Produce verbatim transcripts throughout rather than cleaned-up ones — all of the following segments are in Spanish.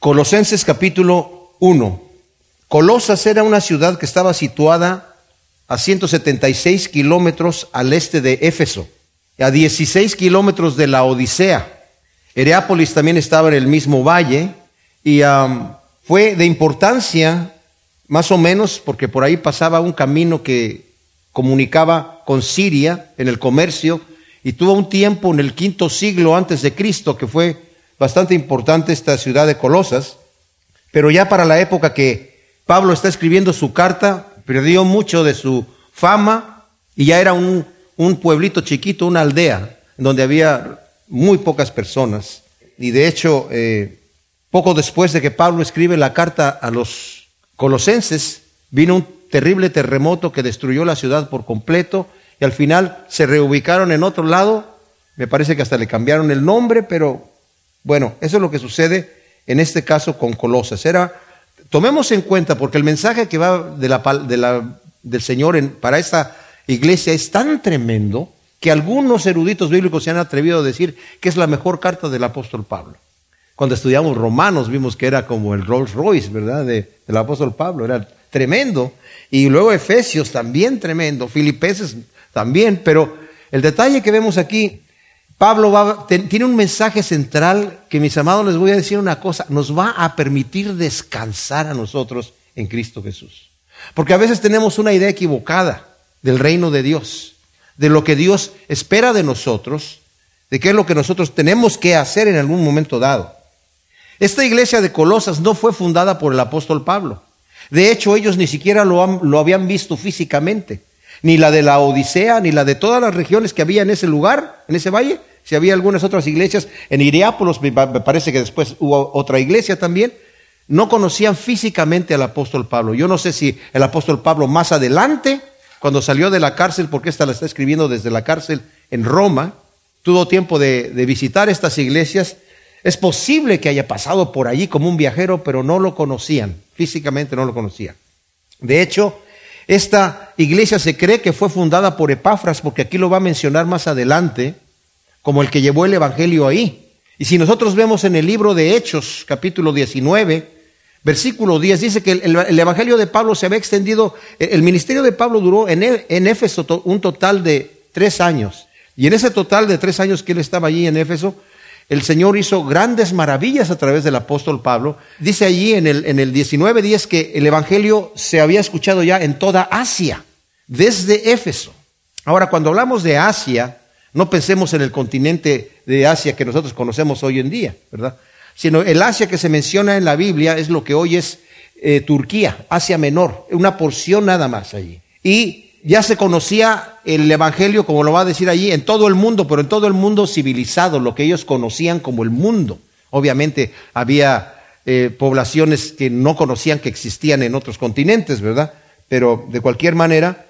Colosenses capítulo uno. Colosas era una ciudad que estaba situada a ciento setenta y seis kilómetros al este de Éfeso, a dieciséis kilómetros de la Odisea. Herápolis también estaba en el mismo valle y um, fue de importancia más o menos porque por ahí pasaba un camino que comunicaba con Siria en el comercio, y tuvo un tiempo en el quinto siglo antes de Cristo que fue bastante importante esta ciudad de Colosas. Pero ya para la época que Pablo está escribiendo su carta, perdió mucho de su fama y ya era un, un pueblito chiquito, una aldea, donde había muy pocas personas. Y de hecho, eh, poco después de que Pablo escribe la carta a los colosenses, vino un terrible terremoto que destruyó la ciudad por completo y al final se reubicaron en otro lado. Me parece que hasta le cambiaron el nombre, pero bueno, eso es lo que sucede en este caso con Colosas. Era, tomemos en cuenta, porque el mensaje que va de la, de la, del Señor en, para esta iglesia es tan tremendo que algunos eruditos bíblicos se han atrevido a decir que es la mejor carta del apóstol Pablo. Cuando estudiamos Romanos vimos que era como el Rolls Royce, ¿verdad?, de, del apóstol Pablo, era tremendo. Y luego Efesios también tremendo, Filipenses también, pero el detalle que vemos aquí, Pablo va, ten, tiene un mensaje central que, mis amados, les voy a decir una cosa, nos va a permitir descansar a nosotros en Cristo Jesús. Porque a veces tenemos una idea equivocada del reino de Dios, de lo que Dios espera de nosotros, de qué es lo que nosotros tenemos que hacer en algún momento dado. Esta iglesia de Colosas no fue fundada por el apóstol Pablo. De hecho, ellos ni siquiera lo, han, lo habían visto físicamente. Ni la de la Odisea, ni la de todas las regiones que había en ese lugar, en ese valle. Si había algunas otras iglesias, en Hierápolis, me parece que después hubo otra iglesia también. No conocían físicamente al apóstol Pablo. Yo no sé si el apóstol Pablo más adelante, cuando salió de la cárcel, porque esta la está escribiendo desde la cárcel en Roma, tuvo tiempo de, de visitar estas iglesias. Es posible que haya pasado por allí como un viajero, pero no lo conocían, físicamente no lo conocían. De hecho, esta iglesia se cree que fue fundada por Epafras, porque aquí lo va a mencionar más adelante, como el que llevó el evangelio ahí. Y si nosotros vemos en el libro de Hechos, capítulo diecinueve, versículo diez, dice que el, el evangelio de Pablo se había extendido, el ministerio de Pablo duró en, en Éfeso un total de tres años. Y en ese total de tres años que él estaba allí en Éfeso, el Señor hizo grandes maravillas a través del apóstol Pablo. Dice allí en el, en el diecinueve diez que el evangelio se había escuchado ya en toda Asia, desde Éfeso. Ahora, cuando hablamos de Asia, no pensemos en el continente de Asia que nosotros conocemos hoy en día, ¿verdad? Sino el Asia que se menciona en la Biblia es lo que hoy es eh, Turquía, Asia Menor, una porción nada más allí. Y ya se conocía el evangelio, como lo va a decir allí, en todo el mundo, pero en todo el mundo civilizado, lo que ellos conocían como el mundo. Obviamente había eh, poblaciones que no conocían que existían en otros continentes, ¿verdad? Pero de cualquier manera,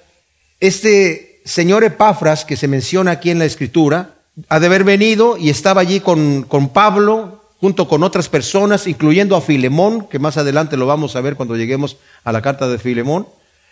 este señor Epafras, que se menciona aquí en la Escritura, ha de haber venido y estaba allí con, con Pablo, junto con otras personas, incluyendo a Filemón, que más adelante lo vamos a ver cuando lleguemos a la carta de Filemón.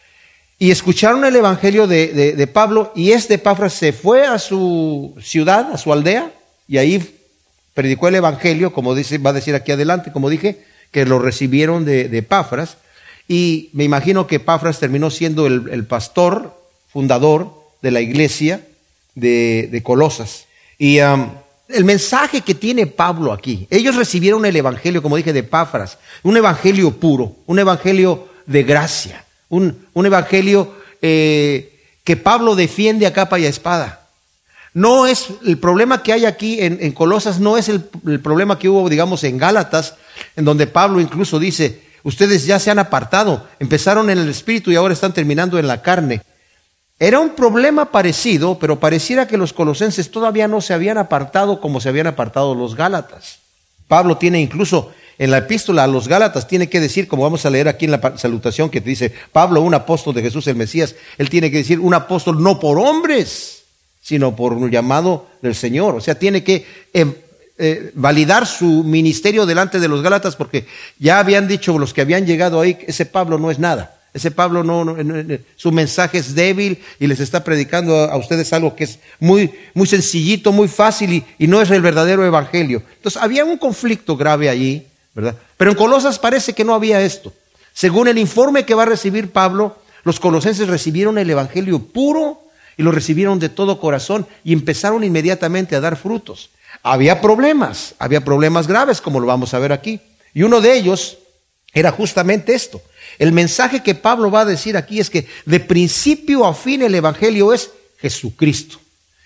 Y escucharon el evangelio de, de, de Pablo, y este Epafras se fue a su ciudad, a su aldea, y ahí predicó el evangelio, como dice, va a decir aquí adelante, como dije, que lo recibieron de, de Epafras, y me imagino que Epafras terminó siendo el, el pastor, fundador de la iglesia de, de Colosas. Y um, el mensaje que tiene Pablo aquí, ellos recibieron el evangelio, como dije, de Epafras, un evangelio puro, un evangelio de gracia. Un, un evangelio eh, que Pablo defiende a capa y a espada. No es el problema que hay aquí en, en Colosas, no es el, el problema que hubo, digamos, en Gálatas, en donde Pablo incluso dice, ustedes ya se han apartado, empezaron en el espíritu y ahora están terminando en la carne. Era un problema parecido, pero pareciera que los colosenses todavía no se habían apartado como se habían apartado los Gálatas. Pablo tiene incluso en la epístola a los Gálatas, tiene que decir, como vamos a leer aquí en la salutación que dice, Pablo, un apóstol de Jesús el Mesías, él tiene que decir, un apóstol no por hombres, sino por un llamado del Señor. O sea, tiene que eh, eh, validar su ministerio delante de los Gálatas, porque ya habían dicho los que habían llegado ahí, ese Pablo no es nada. Ese Pablo, no, no, no, su mensaje es débil y les está predicando a, a ustedes algo que es muy, muy sencillito, muy fácil y, y no es el verdadero evangelio. Entonces había un conflicto grave allí ¿verdad? Pero en Colosas parece que no había esto. Según el informe que va a recibir Pablo, los colosenses recibieron el evangelio puro y lo recibieron de todo corazón y empezaron inmediatamente a dar frutos. Había problemas, había problemas graves, como lo vamos a ver aquí. Y uno de ellos era justamente esto. El mensaje que Pablo va a decir aquí es que de principio a fin el evangelio es Jesucristo.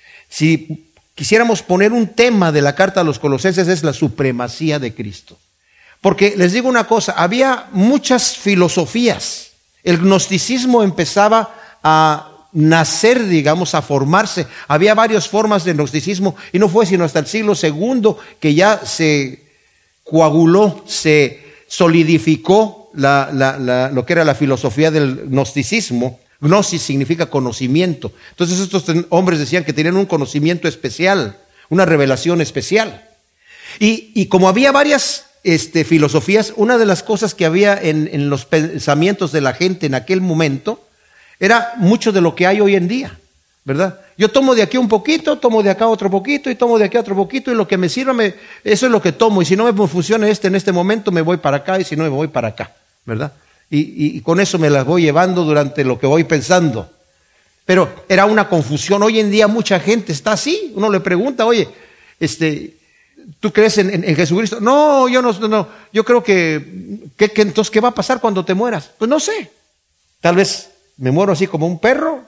Si quisiéramos poner un tema de la carta a los colosenses, es la supremacía de Cristo. Porque les digo una cosa, había muchas filosofías. El gnosticismo empezaba a nacer, digamos, a formarse. Había varias formas de gnosticismo y no fue sino hasta el siglo segundo que ya se coaguló, se solidificó la, la, la, lo que era la filosofía del gnosticismo. Gnosis significa conocimiento. Entonces estos hombres decían que tenían un conocimiento especial, una revelación especial. Y, y como había varias este, filosofías, una de las cosas que había en, en los pensamientos de la gente en aquel momento era mucho de lo que hay hoy en día, ¿verdad? Yo tomo de aquí un poquito, tomo de acá otro poquito y tomo de aquí otro poquito y lo que me sirva, me, eso es lo que tomo. Y si no me funciona este en este momento, me voy para acá y si no me voy para acá, ¿verdad? Y, y, y con eso me las voy llevando durante lo que voy pensando. Pero era una confusión. Hoy en día mucha gente está así. Uno le pregunta, oye, este, ¿tú crees en, en, en Jesucristo? No, yo no, no, yo creo que, que, que entonces, ¿qué va a pasar cuando te mueras? Pues no sé. Tal vez me muero así como un perro,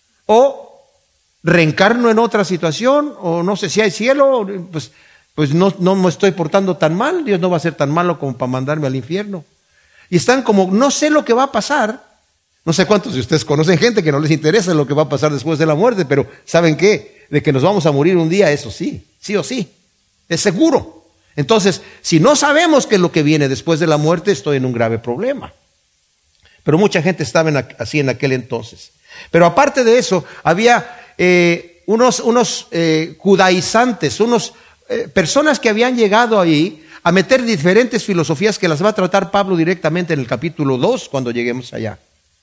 o reencarno en otra situación, o no sé si hay cielo, pues, pues no, no me estoy portando tan mal, Dios no va a ser tan malo como para mandarme al infierno. Y están como, no sé lo que va a pasar. No sé cuántos de ustedes conocen gente que no les interesa lo que va a pasar después de la muerte, pero ¿saben qué? De que nos vamos a morir un día, eso sí, sí o sí, es seguro. Entonces, si no sabemos qué es lo que viene después de la muerte, estoy en un grave problema. Pero mucha gente estaba en, así en aquel entonces. Pero aparte de eso, había eh, unos, unos eh, judaizantes, unos eh, personas que habían llegado ahí a meter diferentes filosofías que las va a tratar Pablo directamente en el capítulo dos cuando lleguemos allá.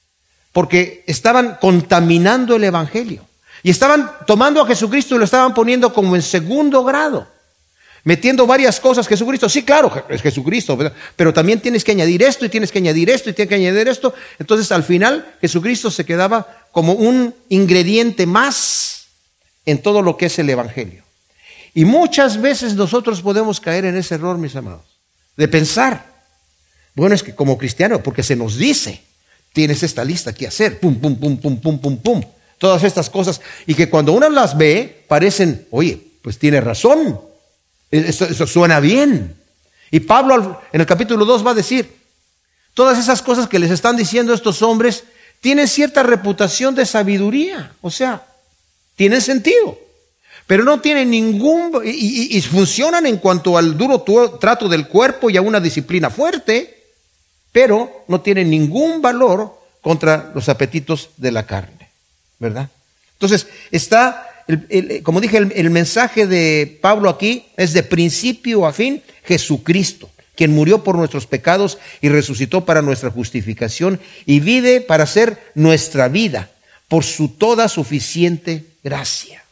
Porque estaban contaminando el evangelio. Y estaban tomando a Jesucristo y lo estaban poniendo como en segundo grado. Metiendo varias cosas, Jesucristo, sí, claro, es Jesucristo, ¿verdad? Pero también tienes que añadir esto y tienes que añadir esto y tienes que añadir esto. Entonces al final Jesucristo se quedaba como un ingrediente más en todo lo que es el evangelio. Y muchas veces nosotros podemos caer en ese error, mis amados, de pensar, bueno, es que como cristiano, porque se nos dice, tienes esta lista que hacer, pum, pum, pum, pum, pum, pum, pum, todas estas cosas, y que cuando uno las ve, parecen, oye, pues tiene razón. Eso, eso suena bien. Y Pablo en el capítulo dos va a decir, todas esas cosas que les están diciendo estos hombres tienen cierta reputación de sabiduría, o sea, tienen sentido, pero no tienen ningún, y, y, y funcionan en cuanto al duro trato del cuerpo y a una disciplina fuerte, pero no tienen ningún valor contra los apetitos de la carne, ¿verdad? Entonces, está... El, el, como dije, el, el mensaje de Pablo aquí es de principio a fin Jesucristo, quien murió por nuestros pecados y resucitó para nuestra justificación y vive para ser nuestra vida por su toda suficiente gracia.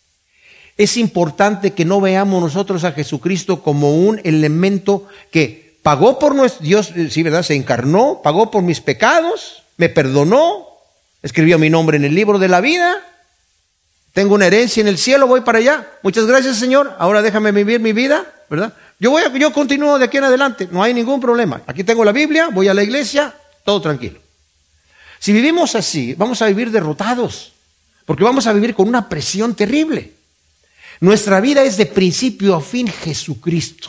Es importante que no veamos nosotros a Jesucristo como un elemento que pagó por nuestro Dios, sí, ¿verdad? Se encarnó, pagó por mis pecados, me perdonó, escribió mi nombre en el libro de la vida. Tengo una herencia en el cielo, voy para allá. Muchas gracias, Señor. Ahora déjame vivir mi vida, ¿verdad? Yo voy, a, yo continúo de aquí en adelante. No hay ningún problema. Aquí tengo la Biblia, voy a la iglesia, todo tranquilo. Si vivimos así, vamos a vivir derrotados, porque vamos a vivir con una presión terrible. Nuestra vida es de principio a fin Jesucristo.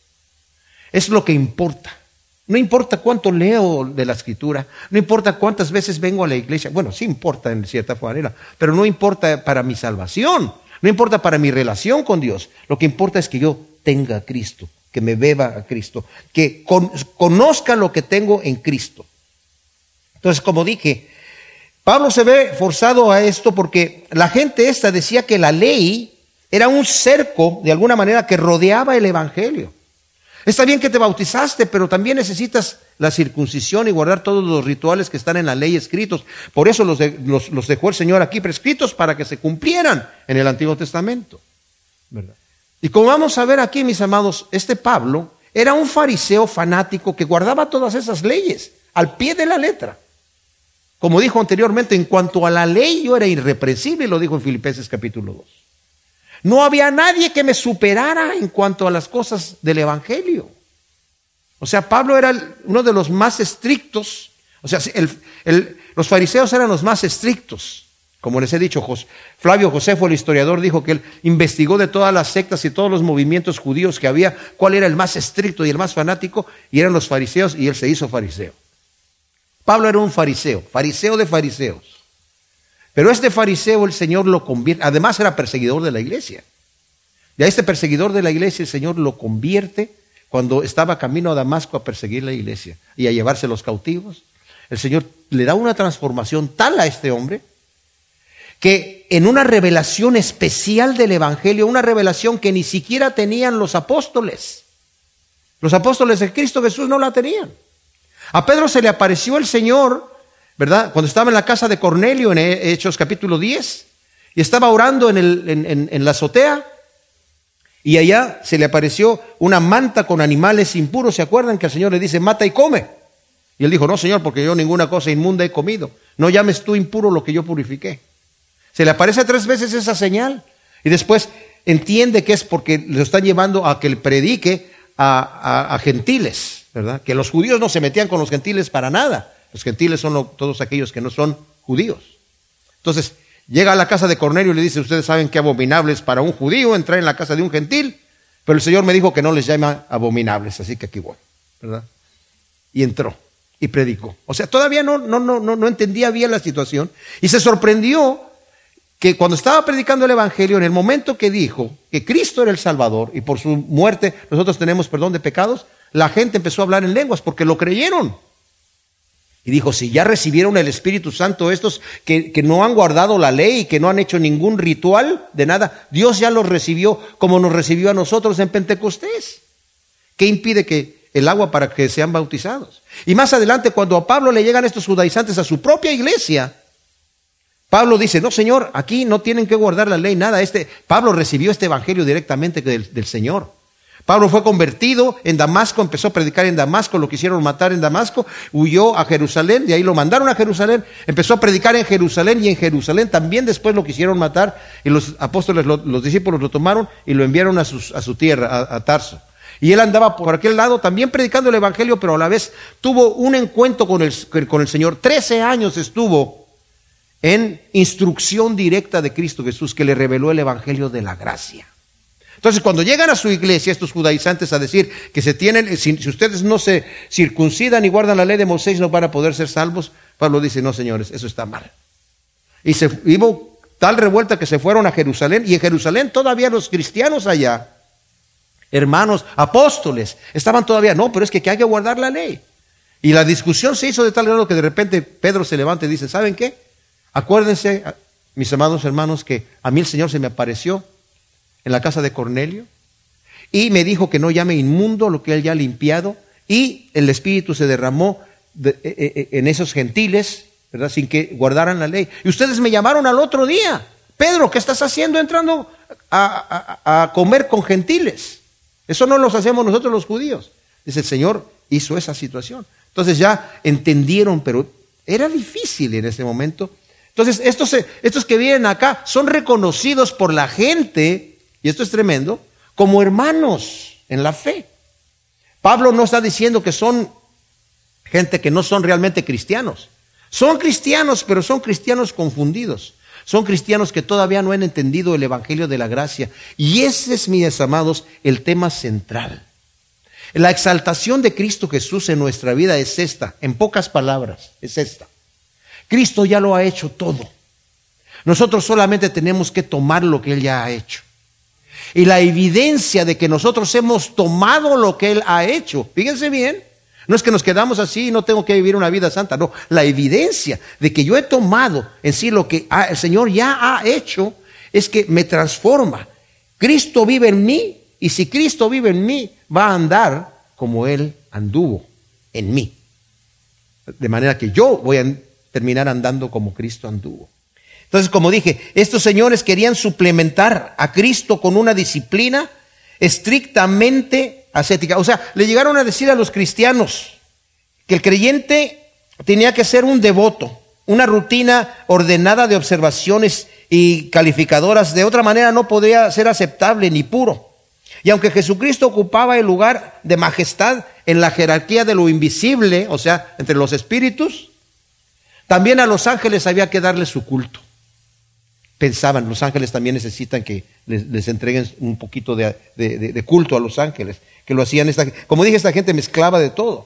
Es lo que importa. No importa cuánto leo de la Escritura, no importa cuántas veces vengo a la iglesia, bueno, sí importa en cierta manera, pero no importa para mi salvación, no importa para mi relación con Dios. Lo que importa es que yo tenga a Cristo, que me beba a Cristo, que con, conozca lo que tengo en Cristo. Entonces, como dije, Pablo se ve forzado a esto porque la gente esta decía que la ley era un cerco, de alguna manera, que rodeaba el evangelio. Está bien que te bautizaste, pero también necesitas la circuncisión y guardar todos los rituales que están en la ley escritos. Por eso los, de, los, los dejó el Señor aquí prescritos para que se cumplieran en el Antiguo Testamento, ¿verdad? Y como vamos a ver aquí, mis amados, este Pablo era un fariseo fanático que guardaba todas esas leyes al pie de la letra. Como dijo anteriormente, en cuanto a la ley yo era irreprensible, lo dijo en Filipenses capítulo dos. No había nadie que me superara en cuanto a las cosas del evangelio. O sea, Pablo era uno de los más estrictos. O sea, el, el, los fariseos eran los más estrictos. Como les he dicho, Jos, Flavio Josefo, el historiador, dijo que él investigó de todas las sectas y todos los movimientos judíos que había, cuál era el más estricto y el más fanático, y eran los fariseos, y él se hizo fariseo. Pablo era un fariseo, fariseo de fariseos. Pero este fariseo el Señor lo convierte, además era perseguidor de la iglesia. Y a este perseguidor de la iglesia el Señor lo convierte cuando estaba camino a Damasco a perseguir la iglesia y a llevarse los cautivos. El Señor le da una transformación tal a este hombre que en una revelación especial del evangelio, una revelación que ni siquiera tenían los apóstoles. Los apóstoles de Cristo Jesús no la tenían. A Pedro se le apareció el Señor, ¿verdad? Cuando estaba en la casa de Cornelio, en Hechos capítulo diez, y estaba orando en, el, en, en, en la azotea, y allá se le apareció una manta con animales impuros. ¿Se acuerdan que el Señor le dice, mata y come? Y él dijo, no, Señor, porque yo ninguna cosa inmunda he comido. No llames tú impuro lo que yo purifiqué. Se le aparece tres veces esa señal, y después entiende que es porque lo están llevando a que le predique a, a, a gentiles, ¿verdad? Que los judíos no se metían con los gentiles para nada. Los gentiles son lo, todos aquellos que no son judíos. Entonces, llega a la casa de Cornelio y le dice, ustedes saben qué abominable es para un judío entrar en la casa de un gentil, pero el Señor me dijo que no les llama abominables, así que aquí voy, ¿verdad? Y entró y predicó. O sea, todavía no, no, no, no, no entendía bien la situación, y se sorprendió que cuando estaba predicando el evangelio, en el momento que dijo que Cristo era el Salvador y por su muerte nosotros tenemos perdón de pecados, la gente empezó a hablar en lenguas porque lo creyeron. Y dijo, si ya recibieron el Espíritu Santo estos que, que no han guardado la ley y que no han hecho ningún ritual de nada, Dios ya los recibió como nos recibió a nosotros en Pentecostés. ¿Qué impide que el agua para que sean bautizados? Y más adelante, cuando a Pablo le llegan estos judaizantes a su propia iglesia, Pablo dice, no, Señor, aquí no tienen que guardar la ley, nada. Este, Pablo recibió este evangelio directamente del, del Señor. Pablo fue convertido en Damasco, empezó a predicar en Damasco, lo quisieron matar en Damasco, huyó a Jerusalén, de ahí lo mandaron a Jerusalén, empezó a predicar en Jerusalén, y en Jerusalén también después lo quisieron matar, y los apóstoles, lo, los discípulos lo tomaron y lo enviaron a, sus, a su tierra, a, a Tarso. Y él andaba por aquel lado también predicando el evangelio, pero a la vez tuvo un encuentro con el, con el Señor. Trece años estuvo en instrucción directa de Cristo Jesús, que le reveló el evangelio de la gracia. Entonces, cuando llegan a su iglesia estos judaizantes a decir que se tienen, si, si ustedes no se circuncidan y guardan la ley de Moisés, no van a poder ser salvos, Pablo dice, no, señores, eso está mal. Y se hubo tal revuelta que se fueron a Jerusalén, y en Jerusalén todavía los cristianos allá, hermanos, apóstoles, estaban todavía, no, pero es que, que hay que guardar la ley. Y la discusión se hizo de tal grado que de repente Pedro se levanta y dice, ¿saben qué? Acuérdense, mis amados hermanos, que a mí el Señor se me apareció en la casa de Cornelio y me dijo que no llame inmundo lo que él ya ha limpiado, y el Espíritu se derramó de, eh, eh, en esos gentiles, ¿verdad? Sin que guardaran la ley. Y ustedes me llamaron al otro día, Pedro, ¿qué estás haciendo entrando a, a, a comer con gentiles? Eso no los hacemos nosotros los judíos. Dice, el Señor hizo esa situación. Entonces ya entendieron, pero era difícil en ese momento. Entonces estos, estos que vienen acá son reconocidos por la gente, y esto es tremendo, como hermanos en la fe. Pablo no está diciendo que son gente que no son realmente cristianos. Son cristianos, pero son cristianos confundidos. Son cristianos que todavía no han entendido el evangelio de la gracia. Y ese es, mis amados, el tema central. La exaltación de Cristo Jesús en nuestra vida es esta, en pocas palabras, es esta. Cristo ya lo ha hecho todo. Nosotros solamente tenemos que tomar lo que Él ya ha hecho. Y la evidencia de que nosotros hemos tomado lo que Él ha hecho, fíjense bien, no es que nos quedamos así y no tengo que vivir una vida santa, no, la evidencia de que yo he tomado en sí lo que el Señor ya ha hecho es que me transforma. Cristo vive en mí, y si Cristo vive en mí, va a andar como Él anduvo en mí. De manera que yo voy a terminar andando como Cristo anduvo. Entonces, como dije, estos señores querían suplementar a Cristo con una disciplina estrictamente ascética. O sea, le llegaron a decir a los cristianos que el creyente tenía que ser un devoto, una rutina ordenada de observaciones y calificadoras. De otra manera no podría ser aceptable ni puro. Y aunque Jesucristo ocupaba el lugar de majestad en la jerarquía de lo invisible, o sea, entre los espíritus, también a los ángeles había que darles su culto. Pensaban, los ángeles también necesitan que les, les entreguen un poquito de, de, de, de culto a los ángeles, que lo hacían esta, como dije, esta gente mezclaba de todo.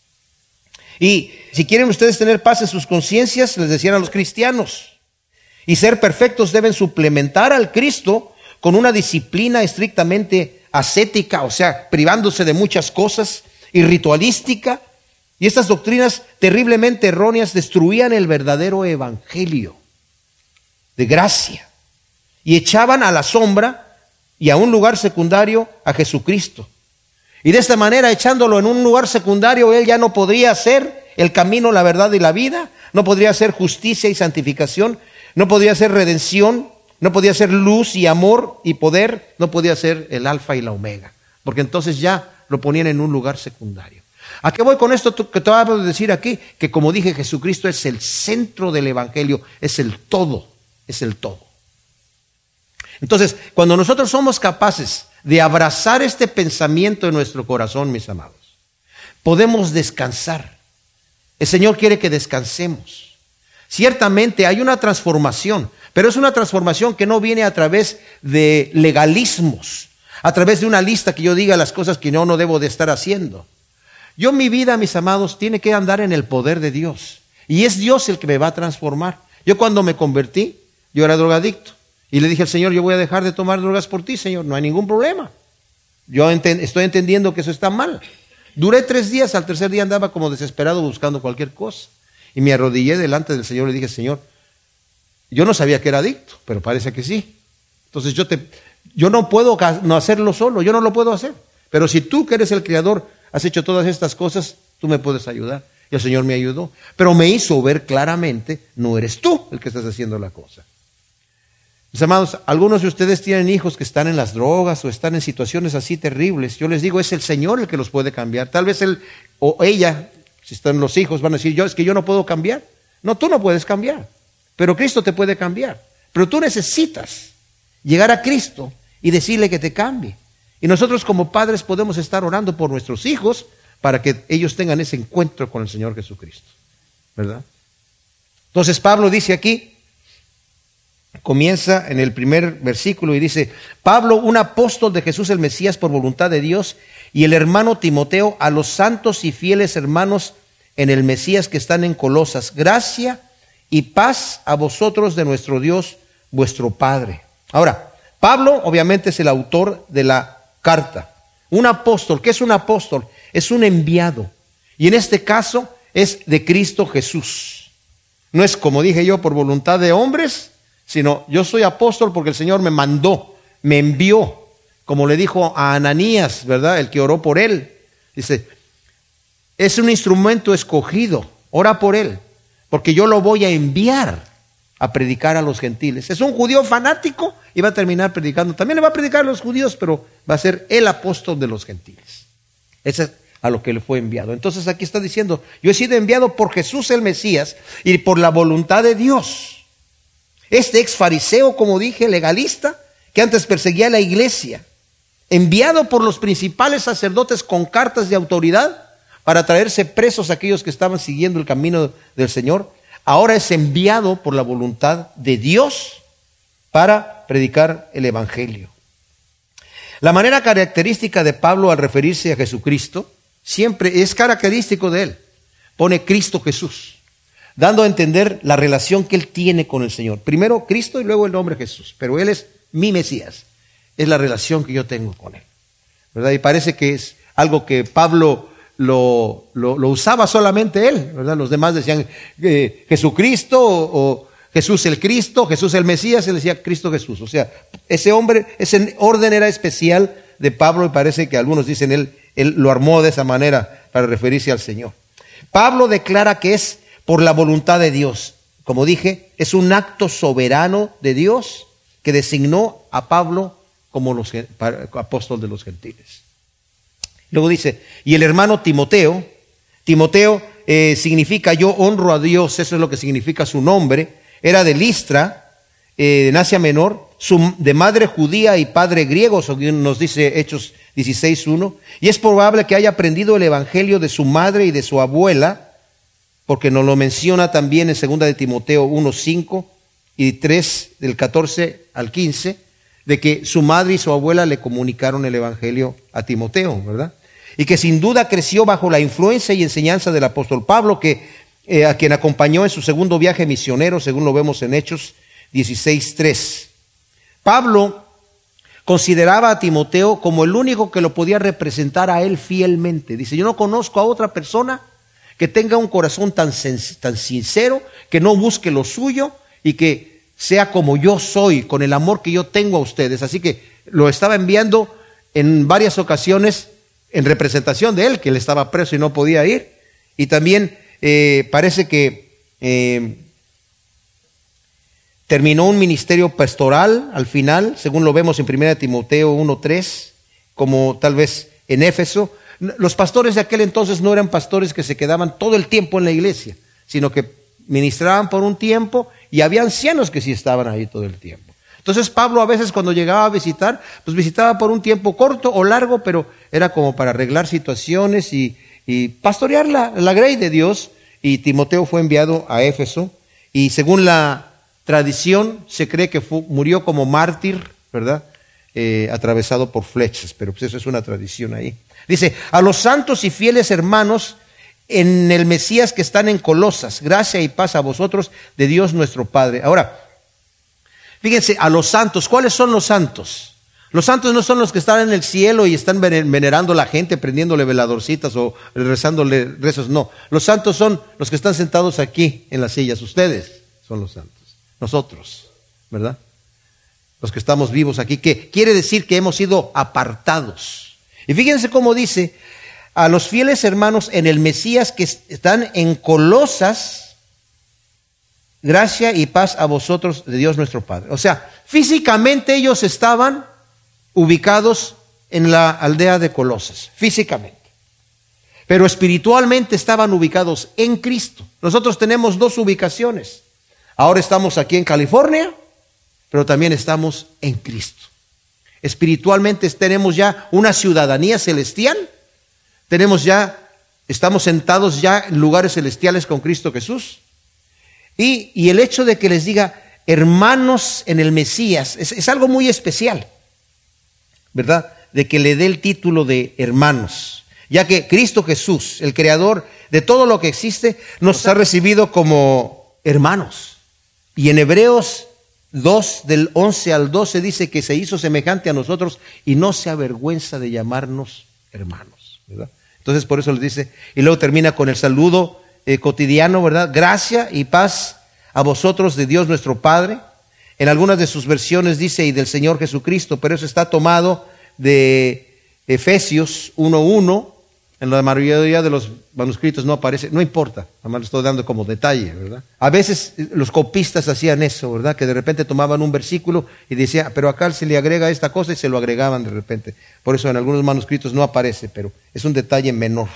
Y si quieren ustedes tener paz en sus conciencias, les decían a los cristianos, y ser perfectos deben suplementar al Cristo con una disciplina estrictamente ascética, o sea, privándose de muchas cosas, y ritualística. Y estas doctrinas terriblemente erróneas destruían el verdadero evangelio de gracia y echaban a la sombra y a un lugar secundario a Jesucristo. Y de esta manera, echándolo en un lugar secundario, él ya no podría ser el camino, la verdad y la vida, no podría ser justicia y santificación, no podría ser redención, no podía ser luz y amor y poder, no podía ser el alfa y la omega, porque entonces ya lo ponían en un lugar secundario. ¿A qué voy con esto que te voy a decir aquí? Que como dije, Jesucristo es el centro del evangelio, es el todo, es el todo. Entonces, cuando nosotros somos capaces de abrazar este pensamiento en nuestro corazón, mis amados, podemos descansar. El Señor quiere que descansemos. Ciertamente hay una transformación, pero es una transformación que no viene a través de legalismos, a través de una lista que yo diga las cosas que no, no debo de estar haciendo. Yo, mi vida, mis amados, tiene que andar en el poder de Dios. Y es Dios el que me va a transformar. Yo cuando me convertí, yo era drogadicto. Y le dije al Señor, yo voy a dejar de tomar drogas por ti, Señor. No hay ningún problema. Yo ent- estoy entendiendo que eso está mal. Duré tres días, al tercer día andaba como desesperado buscando cualquier cosa. Y me arrodillé delante del Señor y le dije, Señor, yo no sabía que era adicto, pero parece que sí. Entonces yo, te, yo no puedo no hacerlo solo, yo no lo puedo hacer. Pero si tú que eres el Creador has hecho todas estas cosas, tú me puedes ayudar. Y el Señor me ayudó. Pero me hizo ver claramente, no eres tú el que estás haciendo la cosa. Mis amados, algunos de ustedes tienen hijos que están en las drogas o están en situaciones así terribles. Yo les digo, es el Señor el que los puede cambiar. Tal vez él o ella, si están los hijos, van a decir, yo es que yo no puedo cambiar. No, tú no puedes cambiar. Pero Cristo te puede cambiar. Pero tú necesitas llegar a Cristo y decirle que te cambie. Y nosotros como padres podemos estar orando por nuestros hijos para que ellos tengan ese encuentro con el Señor Jesucristo, ¿verdad? Entonces Pablo dice aquí, comienza en el primer versículo y dice, Pablo, un apóstol de Jesús el Mesías por voluntad de Dios, y el hermano Timoteo, a los santos y fieles hermanos en el Mesías que están en Colosas, gracia y paz a vosotros de nuestro Dios, vuestro Padre. Ahora, Pablo obviamente es el autor de la carta. Un apóstol, ¿qué es un apóstol? Es un enviado. Y en este caso es de Cristo Jesús. No es como dije yo por voluntad de hombres, sino yo soy apóstol porque el Señor me mandó, me envió. Como le dijo a Ananías, ¿verdad? El que oró por él. Dice, es un instrumento escogido, ora por él, porque yo lo voy a enviar a predicar a los gentiles. Es un judío fanático y va a terminar predicando. También le va a predicar a los judíos, pero va a ser el apóstol de los gentiles. Ese es a lo que le fue enviado. Entonces aquí está diciendo, yo he sido enviado por Jesús el Mesías y por la voluntad de Dios. Este ex fariseo, como dije, legalista, que antes perseguía a la iglesia, enviado por los principales sacerdotes con cartas de autoridad para traerse presos a aquellos que estaban siguiendo el camino del Señor, ahora es enviado por la voluntad de Dios para predicar el evangelio. La manera característica de Pablo al referirse a Jesucristo siempre es característico de él. Pone Cristo Jesús, dando a entender la relación que él tiene con el Señor. Primero Cristo y luego el nombre Jesús, pero él es mi Mesías. Es la relación que yo tengo con él, ¿verdad? Y parece que es algo que Pablo lo, lo, lo usaba solamente él, ¿verdad? Los demás decían eh, Jesucristo o, o Jesús el Cristo, Jesús el Mesías, él decía Cristo Jesús. O sea, ese hombre, ese orden era especial de Pablo y parece que algunos dicen él, él lo armó de esa manera para referirse al Señor. Pablo declara que es por la voluntad de Dios. Como dije, es un acto soberano de Dios que designó a Pablo como los apóstol de los gentiles. Luego dice, y el hermano Timoteo, Timoteo eh, significa yo honro a Dios, eso es lo que significa su nombre, era de Listra, eh, en Asia Menor, su, de madre judía y padre griego, según nos dice Hechos dieciséis uno, y es probable que haya aprendido el evangelio de su madre y de su abuela, porque nos lo menciona también en segunda de Timoteo uno cinco y tres del catorce al quince, de que su madre y su abuela le comunicaron el evangelio a Timoteo, ¿verdad? Y que sin duda creció bajo la influencia y enseñanza del apóstol Pablo, que eh, a quien acompañó en su segundo viaje misionero, según lo vemos en Hechos dieciséis tres. Pablo consideraba a Timoteo como el único que lo podía representar a él fielmente. Dice, yo no conozco a otra persona que tenga un corazón tan, tan sincero, que no busque lo suyo y que sea como yo soy, con el amor que yo tengo a ustedes. Así que lo estaba enviando en varias ocasiones en representación de él, que él estaba preso y no podía ir. Y también eh, parece que eh, terminó un ministerio pastoral al final, según lo vemos en primera de Timoteo uno tres, como tal vez en Éfeso. Los pastores de aquel entonces no eran pastores que se quedaban todo el tiempo en la iglesia, sino que ministraban por un tiempo y había ancianos que sí estaban ahí todo el tiempo. Entonces Pablo a veces cuando llegaba a visitar, pues visitaba por un tiempo corto o largo, pero era como para arreglar situaciones y, y pastorear la, la grey de Dios. Y Timoteo fue enviado a Éfeso y según la tradición se cree que fue, murió como mártir, ¿verdad? Eh, atravesado por flechas, pero pues eso es una tradición ahí. Dice, a los santos y fieles hermanos en el Mesías que están en Colosas, gracia y paz a vosotros de Dios nuestro Padre. Ahora, fíjense, a los santos, ¿cuáles son los santos? Los santos no son los que están en el cielo y están venerando a la gente, prendiéndole veladorcitas o rezándole rezos, no. Los santos son los que están sentados aquí en las sillas, ustedes son los santos, nosotros, ¿verdad? Los que estamos vivos aquí, que quiere decir que hemos sido apartados. Y fíjense cómo dice, a los fieles hermanos en el Mesías que están en Colosas, gracia y paz a vosotros de Dios nuestro Padre. O sea, físicamente ellos estaban ubicados en la aldea de Colosas, físicamente. Pero espiritualmente estaban ubicados en Cristo. Nosotros tenemos dos ubicaciones. Ahora estamos aquí en California, pero también estamos en Cristo. Espiritualmente tenemos ya una ciudadanía celestial. Tenemos ya, estamos sentados ya en lugares celestiales con Cristo Jesús. Y, y el hecho de que les diga hermanos en el Mesías es, es algo muy especial, ¿verdad? De que le dé el título de hermanos, ya que Cristo Jesús, el creador de todo lo que existe, nos ha recibido como hermanos. Y en Hebreos dos, del once al doce, dice que se hizo semejante a nosotros y no se avergüenza de llamarnos hermanos, ¿verdad? Entonces por eso les dice, y luego termina con el saludo eh, cotidiano, ¿verdad? Gracia y paz a vosotros de Dios nuestro Padre. En algunas de sus versiones dice, y del Señor Jesucristo, pero eso está tomado de Efesios uno uno. En la mayoría de los manuscritos no aparece, no importa, además lo estoy dando como detalle, ¿verdad? A veces los copistas hacían eso, ¿verdad? Que de repente tomaban un versículo y decían, pero acá se le agrega esta cosa y se lo agregaban de repente. Por eso en algunos manuscritos no aparece, pero es un detalle menor.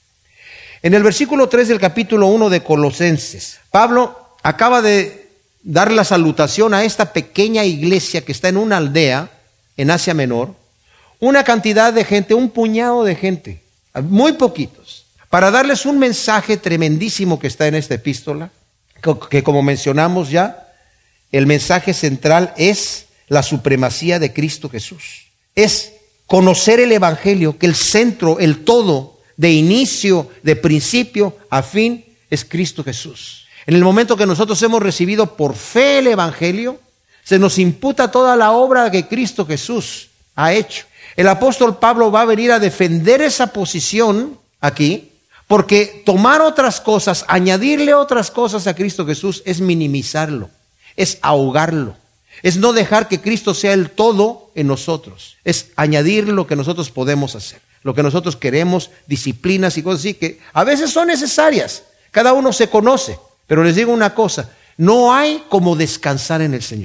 En el versículo tres del capítulo uno de Colosenses, Pablo acaba de dar la salutación a esta pequeña iglesia que está en una aldea en Asia Menor, una cantidad de gente, un puñado de gente, muy poquitos, para darles un mensaje tremendísimo que está en esta epístola, que como mencionamos ya, el mensaje central es la supremacía de Cristo Jesús. Es conocer el evangelio, que el centro, el todo, de inicio, de principio a fin, es Cristo Jesús. En el momento que nosotros hemos recibido por fe el evangelio, se nos imputa toda la obra que Cristo Jesús ha hecho. El apóstol Pablo va a venir a defender esa posición aquí, porque tomar otras cosas, añadirle otras cosas a Cristo Jesús es minimizarlo, es ahogarlo, es no dejar que Cristo sea el todo en nosotros, es añadir lo que nosotros podemos hacer, lo que nosotros queremos, disciplinas y cosas así que a veces son necesarias, cada uno se conoce, pero les digo una cosa, no hay como descansar en el Señor.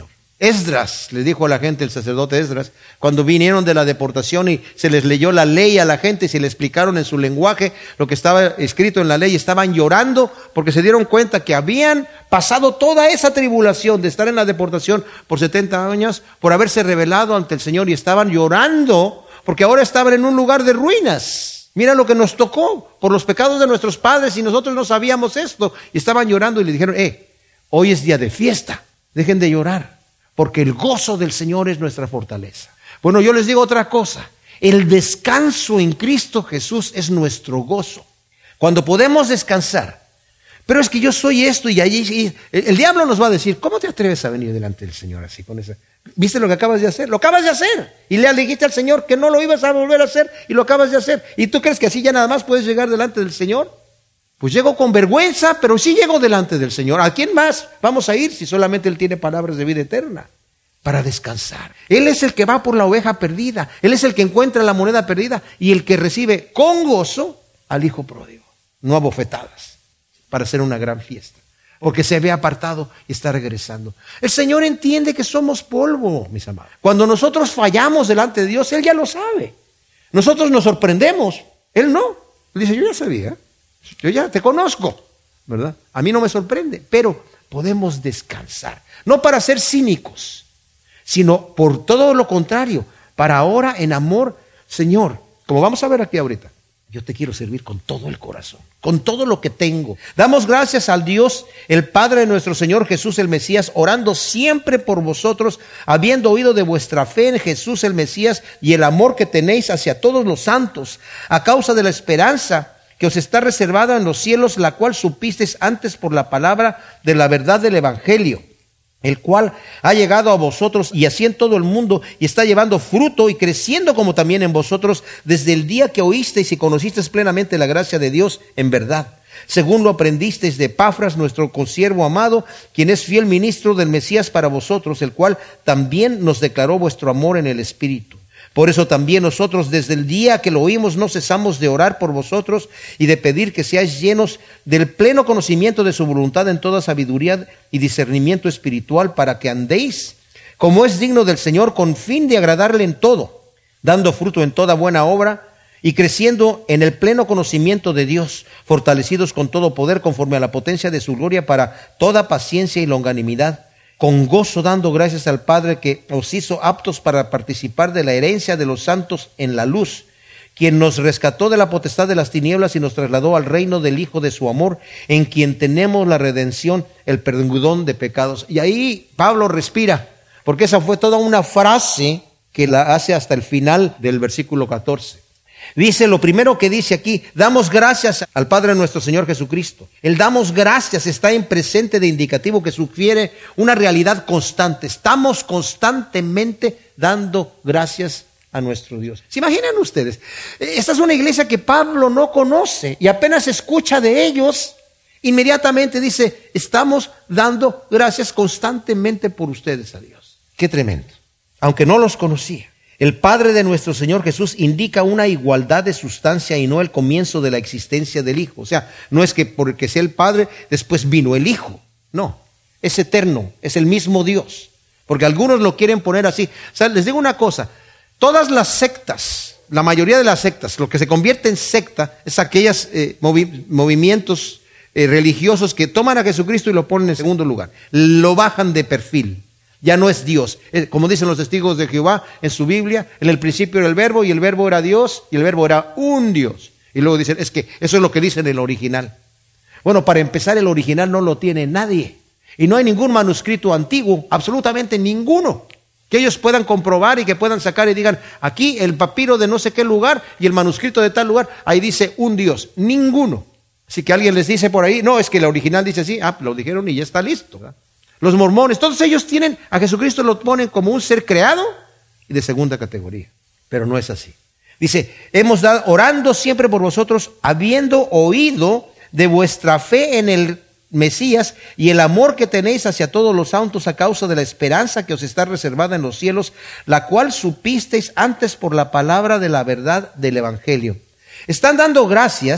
Esdras, le dijo a la gente el sacerdote Esdras, cuando vinieron de la deportación y se les leyó la ley a la gente y se le explicaron en su lenguaje lo que estaba escrito en la ley, estaban llorando porque se dieron cuenta que habían pasado toda esa tribulación de estar en la deportación por setenta años, por haberse rebelado ante el Señor, y estaban llorando porque ahora estaban en un lugar de ruinas. Mira lo que nos tocó por los pecados de nuestros padres y nosotros no sabíamos esto. Y estaban llorando y le dijeron, eh, hoy es día de fiesta, dejen de llorar, porque el gozo del Señor es nuestra fortaleza. Bueno, yo les digo otra cosa, el descanso en Cristo Jesús es nuestro gozo. Cuando podemos descansar, pero es que yo soy esto y allí, y el, el diablo nos va a decir, ¿cómo te atreves a venir delante del Señor así con esa? ¿Viste lo que acabas de hacer? Lo acabas de hacer. Y le dijiste al Señor que no lo ibas a volver a hacer y lo acabas de hacer. ¿Y tú crees que así ya nada más puedes llegar delante del Señor? Pues llego con vergüenza, pero sí llego delante del Señor. ¿A quién más vamos a ir si solamente Él tiene palabras de vida eterna? Para descansar. Él es el que va por la oveja perdida. Él es el que encuentra la moneda perdida y el que recibe con gozo al hijo pródigo. No a bofetadas, para hacer una gran fiesta. Porque se había apartado y está regresando. El Señor entiende que somos polvo, mis amados. Cuando nosotros fallamos delante de Dios, Él ya lo sabe. Nosotros nos sorprendemos, Él no. Él dice, yo ya sabía. Yo ya te conozco, ¿verdad? A mí no me sorprende, pero podemos descansar. No para ser cínicos, sino por todo lo contrario, para ahora en amor, Señor, como vamos a ver aquí ahorita, yo te quiero servir con todo el corazón, con todo lo que tengo. Damos gracias al Dios, el Padre de nuestro Señor Jesús el Mesías, orando siempre por vosotros, habiendo oído de vuestra fe en Jesús el Mesías y el amor que tenéis hacia todos los santos, a causa de la esperanza que os está reservada en los cielos, la cual supisteis antes por la palabra de la verdad del Evangelio, el cual ha llegado a vosotros y así en todo el mundo, y está llevando fruto y creciendo como también en vosotros, desde el día que oísteis y conocisteis plenamente la gracia de Dios en verdad, según lo aprendisteis de Epafras, nuestro consiervo amado, quien es fiel ministro del Mesías para vosotros, el cual también nos declaró vuestro amor en el Espíritu. Por eso también nosotros desde el día que lo oímos no cesamos de orar por vosotros y de pedir que seáis llenos del pleno conocimiento de su voluntad en toda sabiduría y discernimiento espiritual, para que andéis como es digno del Señor, con fin de agradarle en todo, dando fruto en toda buena obra y creciendo en el pleno conocimiento de Dios, fortalecidos con todo poder conforme a la potencia de su gloria, para toda paciencia y longanimidad, con gozo dando gracias al Padre que os hizo aptos para participar de la herencia de los santos en la luz, quien nos rescató de la potestad de las tinieblas y nos trasladó al reino del Hijo de su amor, en quien tenemos la redención, el perdón de pecados. Y ahí Pablo respira, porque esa fue toda una frase que la hace hasta el final del versículo catorce. Dice, lo primero que dice aquí, damos gracias al Padre nuestro Señor Jesucristo. El damos gracias está en presente de indicativo que sugiere una realidad constante. Estamos constantemente dando gracias a nuestro Dios. ¿Se imaginan ustedes? Esta es una iglesia que Pablo no conoce y apenas escucha de ellos, inmediatamente dice, estamos dando gracias constantemente por ustedes a Dios. Qué tremendo. Aunque no los conocía. El Padre de nuestro Señor Jesús indica una igualdad de sustancia y no el comienzo de la existencia del Hijo. O sea, no es que porque sea el Padre, después vino el Hijo. No, es eterno, es el mismo Dios. Porque algunos lo quieren poner así. O sea, les digo una cosa, todas las sectas, la mayoría de las sectas, lo que se convierte en secta es aquellos eh, movi- movimientos eh, religiosos que toman a Jesucristo y lo ponen en segundo lugar. Lo bajan de perfil. Ya no es Dios. Como dicen los testigos de Jehová en su Biblia, en el principio era el verbo y el verbo era Dios y el verbo era un Dios. Y luego dicen, es que eso es lo que dice en el original. Bueno, para empezar, el original no lo tiene nadie. Y no hay ningún manuscrito antiguo, absolutamente ninguno, que ellos puedan comprobar y que puedan sacar y digan, aquí el papiro de no sé qué lugar y el manuscrito de tal lugar, ahí dice un Dios. Ninguno. Así que alguien les dice por ahí, no, es que el original dice así, ah, lo dijeron y ya está listo, ¿verdad? Los mormones, todos ellos tienen a Jesucristo, lo ponen como un ser creado y de segunda categoría, pero no es así. Dice, hemos dado, orando siempre por vosotros, habiendo oído de vuestra fe en el Mesías y el amor que tenéis hacia todos los santos a causa de la esperanza que os está reservada en los cielos, la cual supisteis antes por la palabra de la verdad del Evangelio. Están dando gracias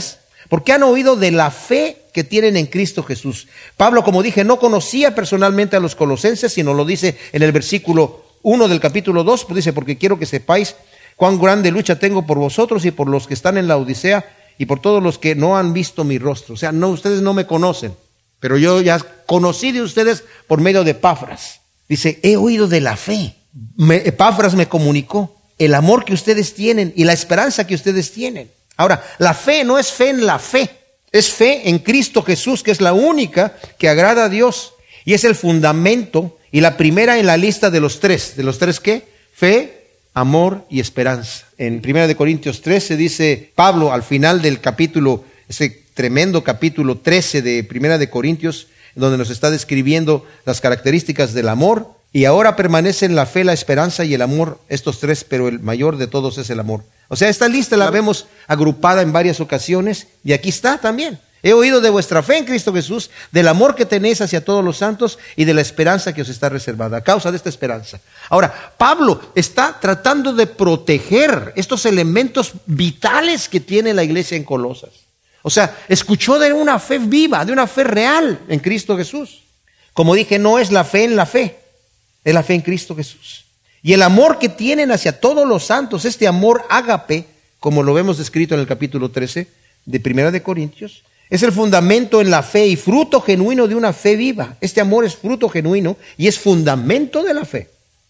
porque han oído de la fe que tienen en Cristo Jesús. Pablo, como dije, no conocía personalmente a los colosenses, sino lo dice en el versículo uno del capítulo dos, pues dice, porque quiero que sepáis cuán grande lucha tengo por vosotros y por los que están en la Odisea y por todos los que no han visto mi rostro. O sea, no, ustedes no me conocen, pero yo ya conocí de ustedes por medio de Epafras. Dice, he oído de la fe. Me, Epafras me comunicó el amor que ustedes tienen y la esperanza que ustedes tienen. Ahora, la fe no es fe en la fe, es fe en Cristo Jesús, que es la única que agrada a Dios y es el fundamento y la primera en la lista de los tres. ¿De los tres qué? Fe, amor y esperanza. En primera de Corintios trece dice Pablo al final del capítulo, ese tremendo capítulo trece de primera de Corintios, donde nos está describiendo las características del amor. Y ahora permanecen la fe, la esperanza y el amor, estos tres, pero el mayor de todos es el amor. O sea, esta lista la vemos agrupada en varias ocasiones y aquí está también. He oído de vuestra fe en Cristo Jesús, del amor que tenéis hacia todos los santos y de la esperanza que os está reservada, a causa de esta esperanza. Ahora, Pablo está tratando de proteger estos elementos vitales que tiene la iglesia en Colosas. O sea, escuchó de una fe viva, de una fe real en Cristo Jesús. Como dije, no es la fe en la fe. Es la fe en Cristo Jesús. Y el amor que tienen hacia todos los santos, este amor ágape, como lo vemos descrito en el capítulo trece de Primera de Corintios, es el fundamento en la fe y fruto genuino de una fe viva. Este amor es fruto genuino y es fundamento de la fe.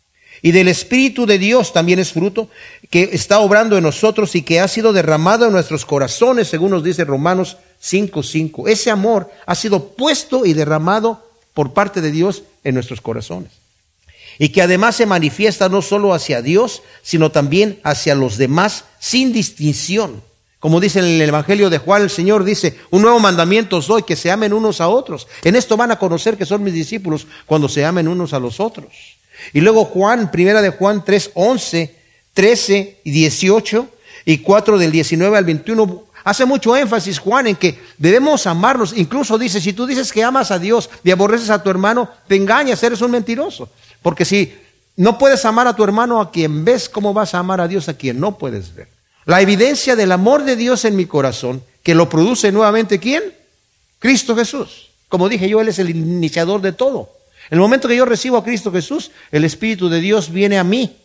Y del Espíritu de Dios también es fruto que está obrando en nosotros y que ha sido derramado en nuestros corazones, según nos dice Romanos cinco cinco. Ese amor ha sido puesto y derramado por parte de Dios en nuestros corazones. Y que además se manifiesta no solo hacia Dios, sino también hacia los demás, sin distinción. Como dice en el Evangelio de Juan, el Señor dice, un nuevo mandamiento os doy, que se amen unos a otros. En esto van a conocer que son mis discípulos, cuando se amen unos a los otros. Y luego Juan, primera de Juan tres, once, trece y dieciocho, y cuatro del diecinueve al veintiuno, hace mucho énfasis Juan en que debemos amarnos. Incluso dice, si tú dices que amas a Dios y aborreces a tu hermano, te engañas, eres un mentiroso. Porque si no puedes amar a tu hermano a quien ves, ¿cómo vas a amar a Dios a quien no puedes ver? La evidencia del amor de Dios en mi corazón, que lo produce nuevamente, ¿quién? Cristo Jesús. Como dije yo, Él es el iniciador de todo. En el momento que yo recibo a Cristo Jesús, el Espíritu de Dios viene a mí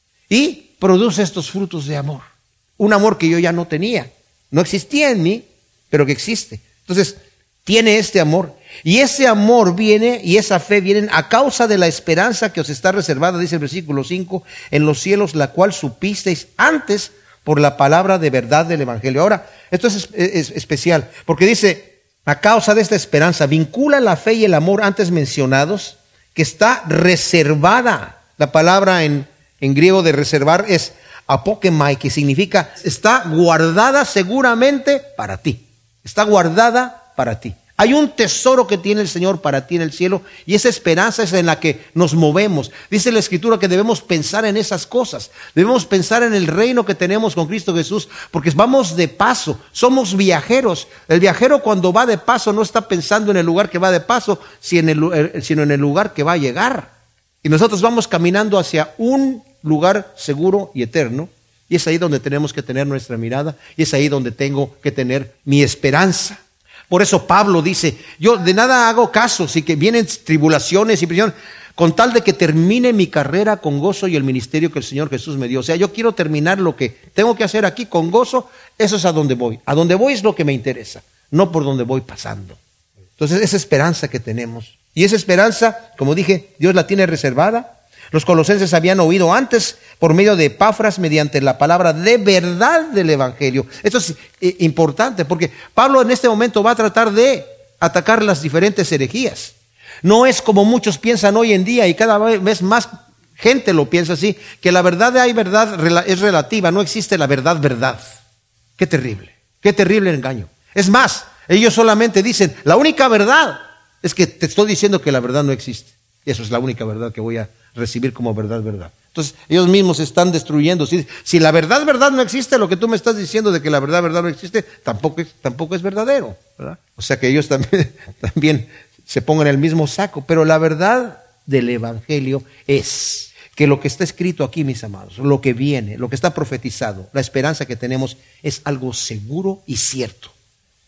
y produce estos frutos de amor. Un amor que yo ya no tenía. No existía en mí, pero que existe. Entonces, tiene este amor. Y ese amor viene y esa fe vienen a causa de la esperanza que os está reservada, dice el versículo cinco, en los cielos, la cual supisteis antes por la palabra de verdad del Evangelio. Ahora, esto es, es especial, porque dice, a causa de esta esperanza, vincula la fe y el amor antes mencionados, que está reservada. La palabra en, en griego de reservar es apokemai, que significa está guardada seguramente para ti. Está guardada para ti. Hay un tesoro que tiene el Señor para ti en el cielo y esa esperanza es en la que nos movemos. Dice la Escritura que debemos pensar en esas cosas. Debemos pensar en el reino que tenemos con Cristo Jesús porque vamos de paso, somos viajeros. El viajero cuando va de paso no está pensando en el lugar que va de paso, sino en el lugar que va a llegar. Y nosotros vamos caminando hacia un lugar seguro y eterno y es ahí donde tenemos que tener nuestra mirada y es ahí donde tengo que tener mi esperanza. Por eso Pablo dice, yo de nada hago caso, si que vienen tribulaciones y prisión, con tal de que termine mi carrera con gozo y el ministerio que el Señor Jesús me dio. O sea, yo quiero terminar lo que tengo que hacer aquí con gozo, eso es a donde voy. A donde voy es lo que me interesa, no por donde voy pasando. Entonces, esa esperanza que tenemos. Y esa esperanza, como dije, Dios la tiene reservada. Los colosenses habían oído antes por medio de Epafras mediante la palabra de verdad del Evangelio. Esto es eh, importante porque Pablo en este momento va a tratar de atacar las diferentes herejías. No es como muchos piensan hoy en día y cada vez más gente lo piensa así, que la verdad de hay verdad es relativa, no existe la verdad verdad. Qué terrible, qué terrible engaño. Es más, ellos solamente dicen, la única verdad es que te estoy diciendo que la verdad no existe. Y eso es la única verdad que voy a recibir como verdad, verdad. Entonces, ellos mismos se están destruyendo. Si, si la verdad, verdad no existe, lo que tú me estás diciendo de que la verdad, verdad no existe, tampoco es, tampoco es verdadero, ¿verdad? O sea que ellos también, también se pongan en el mismo saco. Pero la verdad del Evangelio es que lo que está escrito aquí, mis amados, lo que viene, lo que está profetizado, la esperanza que tenemos es algo seguro y cierto.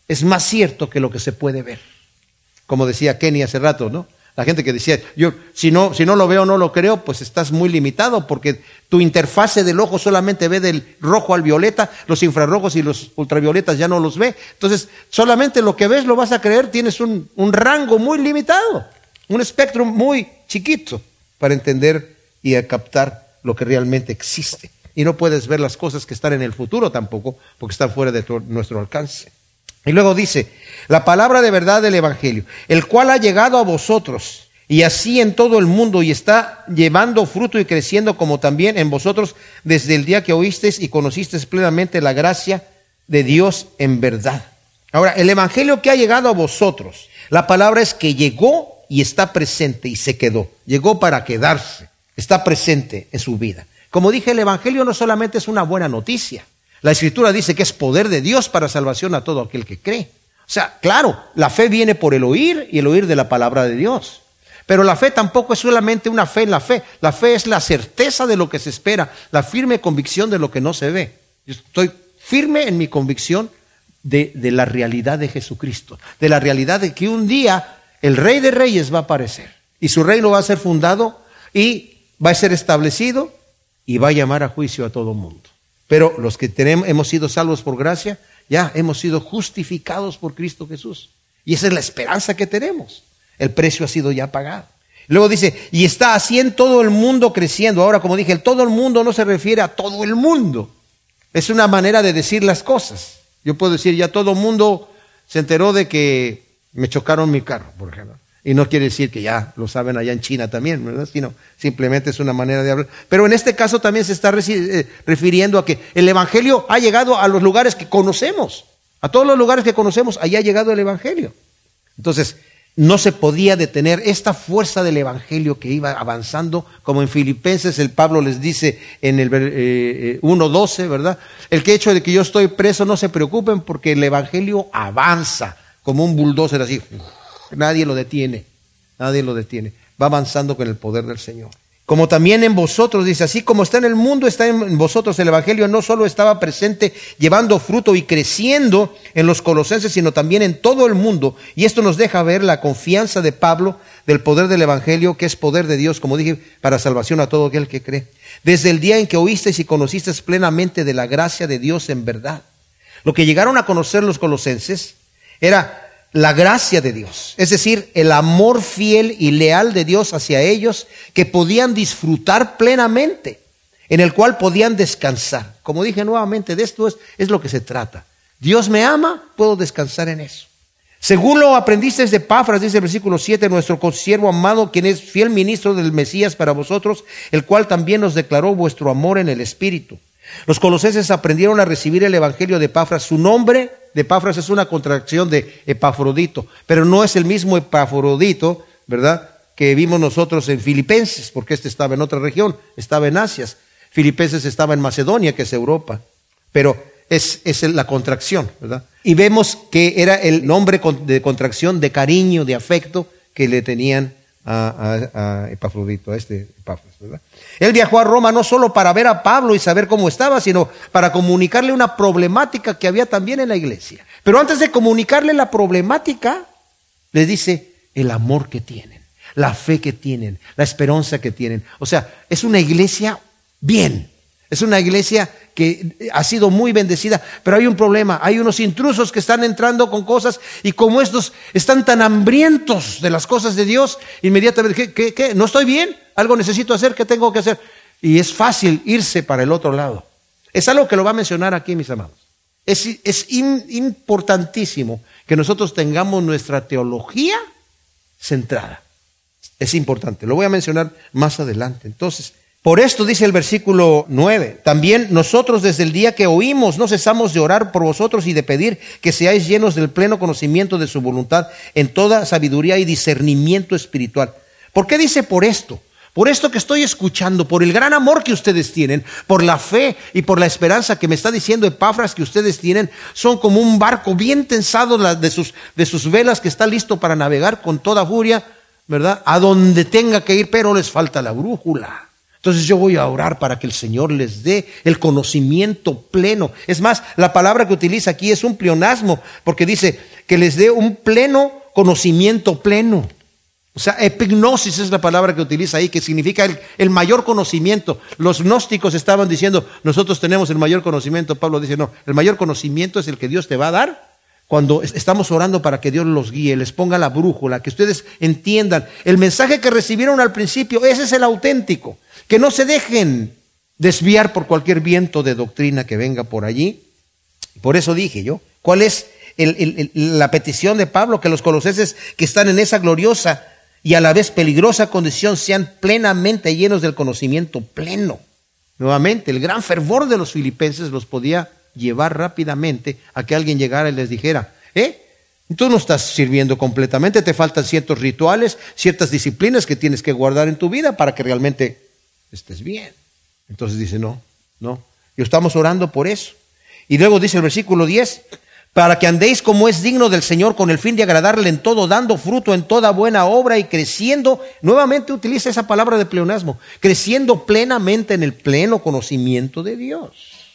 es más cierto que lo que se puede ver. Como decía Kenny hace rato, ¿no? La gente que decía, yo si no, si no lo veo, no lo creo, pues estás muy limitado porque tu interfase del ojo solamente ve del rojo al violeta, los infrarrojos y los ultravioletas ya no los ve. Entonces, solamente lo que ves lo vas a creer, tienes un, un rango muy limitado, un espectro muy chiquito para entender y captar lo que realmente existe. Y no puedes ver las cosas que están en el futuro tampoco, porque están fuera de tu, nuestro alcance. Y luego dice, la palabra de verdad del Evangelio, el cual ha llegado a vosotros, y así en todo el mundo, y está llevando fruto y creciendo como también en vosotros desde el día que oísteis y conocisteis plenamente la gracia de Dios en verdad. Ahora, el Evangelio que ha llegado a vosotros, la palabra es que llegó y está presente y se quedó. Llegó para quedarse, está presente en su vida. Como dije, el Evangelio no solamente es una buena noticia. La Escritura dice que es poder de Dios para salvación a todo aquel que cree. O sea, claro, la fe viene por el oír y el oír de la palabra de Dios. Pero la fe tampoco es solamente una fe en la fe. La fe es la certeza de lo que se espera, la firme convicción de lo que no se ve. Yo estoy firme en mi convicción de, de la realidad de Jesucristo, de la realidad de que un día el Rey de Reyes va a aparecer y su reino va a ser fundado y va a ser establecido y va a llamar a juicio a todo mundo. Pero los que tenemos, hemos sido salvos por gracia, ya hemos sido justificados por Cristo Jesús. Y esa es la esperanza que tenemos. El precio ha sido ya pagado. Luego dice, y está así en todo el mundo creciendo. Ahora, como dije, el todo el mundo no se refiere a todo el mundo. Es una manera de decir las cosas. Yo puedo decir, ya todo el mundo se enteró de que me chocaron mi carro, por ejemplo. Y no quiere decir que ya lo saben allá en China también, ¿verdad? Sino simplemente es una manera de hablar. Pero en este caso también se está refiriendo a que el Evangelio ha llegado a los lugares que conocemos. A todos los lugares que conocemos, allá ha llegado el Evangelio. Entonces, no se podía detener esta fuerza del Evangelio que iba avanzando, como en Filipenses el Pablo les dice en el eh, uno doce, ¿verdad? El que hecho de que yo estoy preso, no se preocupen porque el Evangelio avanza como un bulldozer así. Nadie lo detiene, nadie lo detiene. Va avanzando con el poder del Señor. Como también en vosotros, dice, así como está en el mundo, está en vosotros. El Evangelio no solo estaba presente, llevando fruto y creciendo en los colosenses, sino también en todo el mundo. Y esto nos deja ver la confianza de Pablo del poder del Evangelio, que es poder de Dios, como dije, para salvación a todo aquel que cree. Desde el día en que oísteis y conocisteis plenamente de la gracia de Dios en verdad. Lo que llegaron a conocer los colosenses era la gracia de Dios, es decir, el amor fiel y leal de Dios hacia ellos, que podían disfrutar plenamente, en el cual podían descansar. Como dije nuevamente, de esto es, es lo que se trata. Dios me ama, puedo descansar en eso. Según lo aprendisteis de Epafras, dice el versículo siete, nuestro consiervo amado, quien es fiel ministro del Mesías para vosotros, el cual también nos declaró vuestro amor en el Espíritu. Los colosenses aprendieron a recibir el Evangelio de Epafras. Su nombre de Epafras es una contracción de Epafrodito, pero no es el mismo Epafrodito, ¿verdad?, que vimos nosotros en Filipenses, porque este estaba en otra región, estaba en Asia. Filipenses estaba en Macedonia, que es Europa, pero es, es la contracción, ¿verdad? Y vemos que era el nombre de contracción, de cariño, de afecto que le tenían a, a, a Epafrodito, a este Epafras, ¿verdad? Él viajó a Roma no solo para ver a Pablo y saber cómo estaba, sino para comunicarle una problemática que había también en la iglesia. Pero antes de comunicarle la problemática, les dice el amor que tienen, la fe que tienen, la esperanza que tienen. O sea, es una iglesia bien, es una iglesia que ha sido muy bendecida, pero hay un problema, hay unos intrusos que están entrando con cosas y como estos están tan hambrientos de las cosas de Dios, inmediatamente, ¿qué, qué, qué? ¿No estoy bien? ¿Algo necesito hacer? ¿Qué tengo que hacer? Y es fácil irse para el otro lado. Es algo que lo va a mencionar aquí, mis amados. Es, es in, importantísimo que nosotros tengamos nuestra teología centrada. Es importante, lo voy a mencionar más adelante. Entonces, por esto dice el versículo nueve, también nosotros desde el día que oímos no cesamos de orar por vosotros y de pedir que seáis llenos del pleno conocimiento de su voluntad en toda sabiduría y discernimiento espiritual. ¿Por qué dice por esto? Por esto que estoy escuchando, por el gran amor que ustedes tienen, por la fe y por la esperanza que me está diciendo Epafras que ustedes tienen, son como un barco bien tensado de sus, de sus velas que está listo para navegar con toda furia, ¿verdad?, a donde tenga que ir, pero les falta la brújula. Entonces yo voy a orar para que el Señor les dé el conocimiento pleno. Es más, la palabra que utiliza aquí es un pleonasmo, porque dice que les dé un pleno conocimiento pleno. O sea, epignosis es la palabra que utiliza ahí, que significa el, el mayor conocimiento. Los gnósticos estaban diciendo, nosotros tenemos el mayor conocimiento. Pablo dice, no, el mayor conocimiento es el que Dios te va a dar cuando estamos orando para que Dios los guíe, les ponga la brújula, que ustedes entiendan. El mensaje que recibieron al principio, ese es el auténtico. Que no se dejen desviar por cualquier viento de doctrina que venga por allí. Por eso dije yo, ¿cuál es el, el, el, la petición de Pablo? Que los colosenses que están en esa gloriosa y a la vez peligrosa condición sean plenamente llenos del conocimiento pleno. Nuevamente, el gran fervor de los filipenses los podía llevar rápidamente a que alguien llegara y les dijera, ¿eh? Tú no estás sirviendo completamente, te faltan ciertos rituales, ciertas disciplinas que tienes que guardar en tu vida para que realmente estés bien. Entonces dice, no, no, y estamos orando por eso. Y luego dice el versículo diez, para que andéis como es digno del Señor, con el fin de agradarle en todo, dando fruto en toda buena obra y creciendo, nuevamente utiliza esa palabra de pleonasmo, creciendo plenamente en el pleno conocimiento de Dios.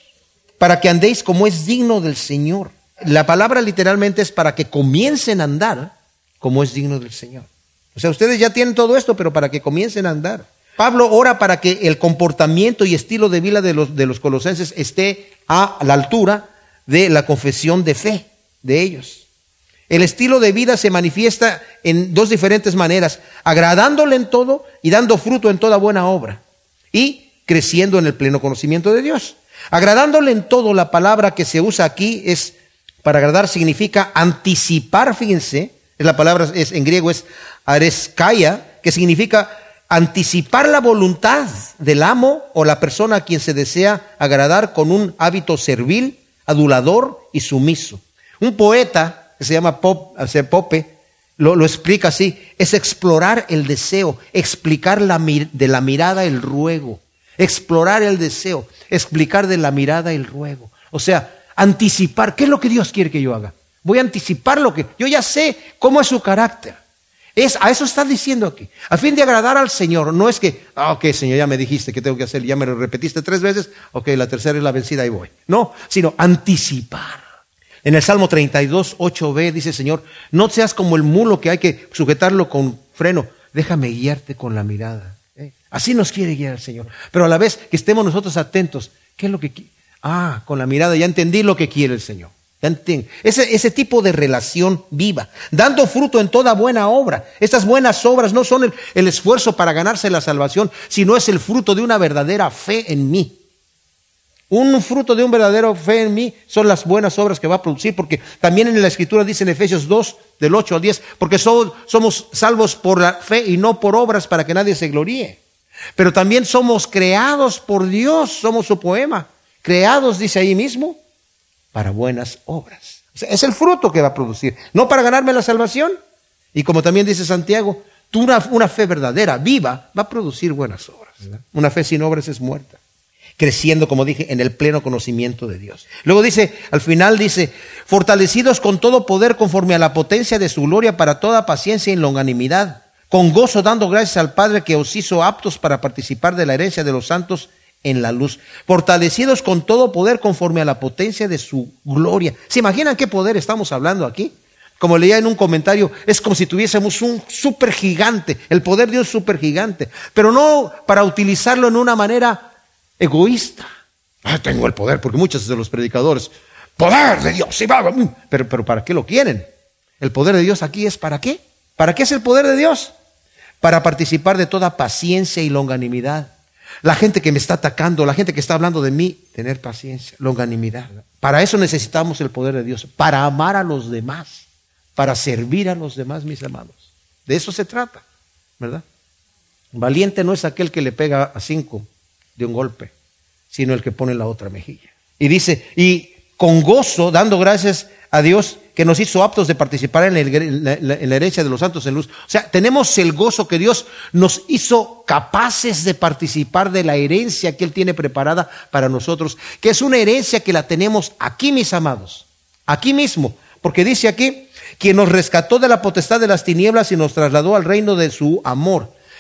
Para que andéis como es digno del Señor. La palabra literalmente es para que comiencen a andar como es digno del Señor. O sea, ustedes ya tienen todo esto, pero para que comiencen a andar. Pablo ora para que el comportamiento y estilo de vida de los, de los colosenses esté a la altura de la confesión de fe de ellos. El estilo de vida se manifiesta en dos diferentes maneras, agradándole en todo y dando fruto en toda buena obra y creciendo en el pleno conocimiento de Dios. Agradándole en todo, la palabra que se usa aquí es, para agradar significa anticipar, fíjense, es la palabra es, en griego es areskaya, que significa anticipar la voluntad del amo o la persona a quien se desea agradar con un hábito servil, adulador y sumiso. Un poeta que se llama Pop, o sea, Pope lo, lo explica así, es explorar el deseo, explicar la, de la mirada el ruego, explorar el deseo, explicar de la mirada el ruego. O sea, anticipar, ¿qué es lo que Dios quiere que yo haga? Voy a anticipar lo que, yo ya sé cómo es su carácter. Es, a eso está diciendo aquí, a fin de agradar al Señor. No es que, ah, ok, Señor, ya me dijiste que tengo que hacer, ya me lo repetiste tres veces, ok, la tercera es la vencida, ahí voy. No, sino anticipar. En el Salmo treinta y dos, ocho b dice, Señor, no seas como el mulo que hay que sujetarlo con freno, déjame guiarte con la mirada. ¿Eh? Así nos quiere guiar el Señor, pero a la vez que estemos nosotros atentos. ¿Qué es lo que quiere? Ah, con la mirada ya entendí lo que quiere el Señor. Ese, ese tipo de relación viva, dando fruto en toda buena obra. Estas buenas obras no son el, el esfuerzo para ganarse la salvación, sino es el fruto de una verdadera fe en mí. Un fruto de un verdadero fe en mí son las buenas obras que va a producir, porque también en la Escritura dice en Efesios dos, del ocho al diez, porque so, somos salvos por la fe y no por obras para que nadie se gloríe. Pero también somos creados por Dios, somos su poema, creados, dice ahí mismo, para buenas obras. O sea, es el fruto que va a producir, no para ganarme la salvación. Y como también dice Santiago, tú una, una fe verdadera, viva, va a producir buenas obras, ¿verdad? Una fe sin obras es muerta. Creciendo, como dije, en el pleno conocimiento de Dios. Luego dice, al final dice, fortalecidos con todo poder conforme a la potencia de su gloria para toda paciencia y longanimidad, con gozo dando gracias al Padre que os hizo aptos para participar de la herencia de los santos en la luz, fortalecidos con todo poder conforme a la potencia de su gloria. ¿Se imaginan qué poder estamos hablando aquí? Como leía en un comentario, es como si tuviésemos un supergigante, el poder de un supergigante, pero no para utilizarlo en una manera egoísta. Ah, tengo el poder, porque muchos de los predicadores, poder de Dios, sí, va, pero, pero ¿para qué lo quieren? El poder de Dios aquí es ¿para qué? ¿Para qué es el poder de Dios? Para participar de toda paciencia y longanimidad. La gente que me está atacando, la gente que está hablando de mí, tener paciencia, longanimidad. Para eso necesitamos el poder de Dios, para amar a los demás, para servir a los demás, mis amados. De eso se trata, ¿verdad? Valiente no es aquel que le pega a cinco de un golpe, sino el que pone la otra mejilla. Y dice, y con gozo, dando gracias a Dios que nos hizo aptos de participar en la, en, la, en la herencia de los santos en luz. O sea, tenemos el gozo que Dios nos hizo capaces de participar de la herencia que Él tiene preparada para nosotros, que es una herencia que la tenemos aquí, mis amados, aquí mismo, porque dice aquí, quien nos rescató de la potestad de las tinieblas y nos trasladó al reino de su amor.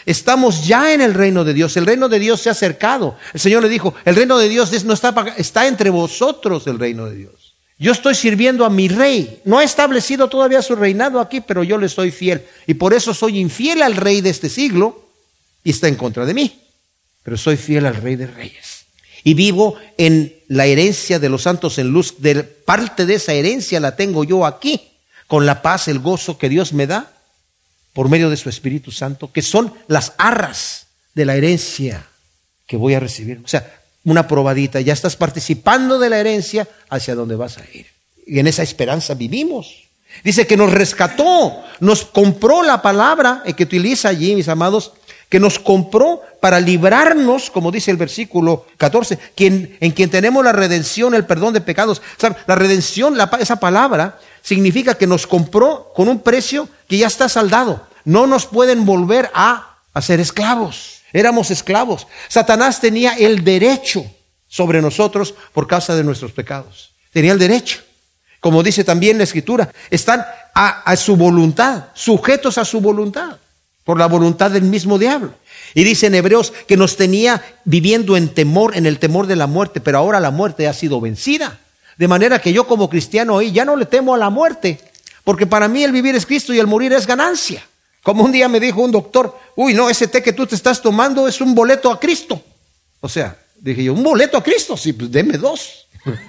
Estamos ya en el reino de Dios. El reino de Dios se ha acercado. El Señor le dijo, el reino de Dios no está, está entre vosotros el reino de Dios. Yo estoy sirviendo a mi rey. No ha establecido todavía su reinado aquí, pero yo le soy fiel. Y por eso soy infiel al rey de este siglo y está en contra de mí. Pero soy fiel al Rey de Reyes. Y vivo en la herencia de los santos en luz. De parte de esa herencia la tengo yo aquí, con la paz, el gozo que Dios me da por medio de su Espíritu Santo, que son las arras de la herencia que voy a recibir. O sea, una probadita, ya estás participando de la herencia hacia donde vas a ir. Y en esa esperanza vivimos. Dice que nos rescató, nos compró la palabra que utiliza allí, mis amados, que nos compró para librarnos, como dice el versículo catorce, quien, en quien tenemos la redención, el perdón de pecados. O sea, la redención, la, esa palabra, significa que nos compró con un precio que ya está saldado. No nos pueden volver a, a ser esclavos. Éramos esclavos. Satanás tenía el derecho sobre nosotros por causa de nuestros pecados. Tenía el derecho. Como dice también la Escritura, están a, a su voluntad, sujetos a su voluntad, por la voluntad del mismo diablo. Y dice en Hebreos que nos tenía viviendo en temor, en el temor de la muerte, pero ahora la muerte ha sido vencida. De manera que yo como cristiano hoy ya no le temo a la muerte, porque para mí el vivir es Cristo y el morir es ganancia. Como un día me dijo un doctor, uy, no, ese té que tú te estás tomando es un boleto a Cristo. O sea, dije yo, ¿un boleto a Cristo? Sí, pues deme dos.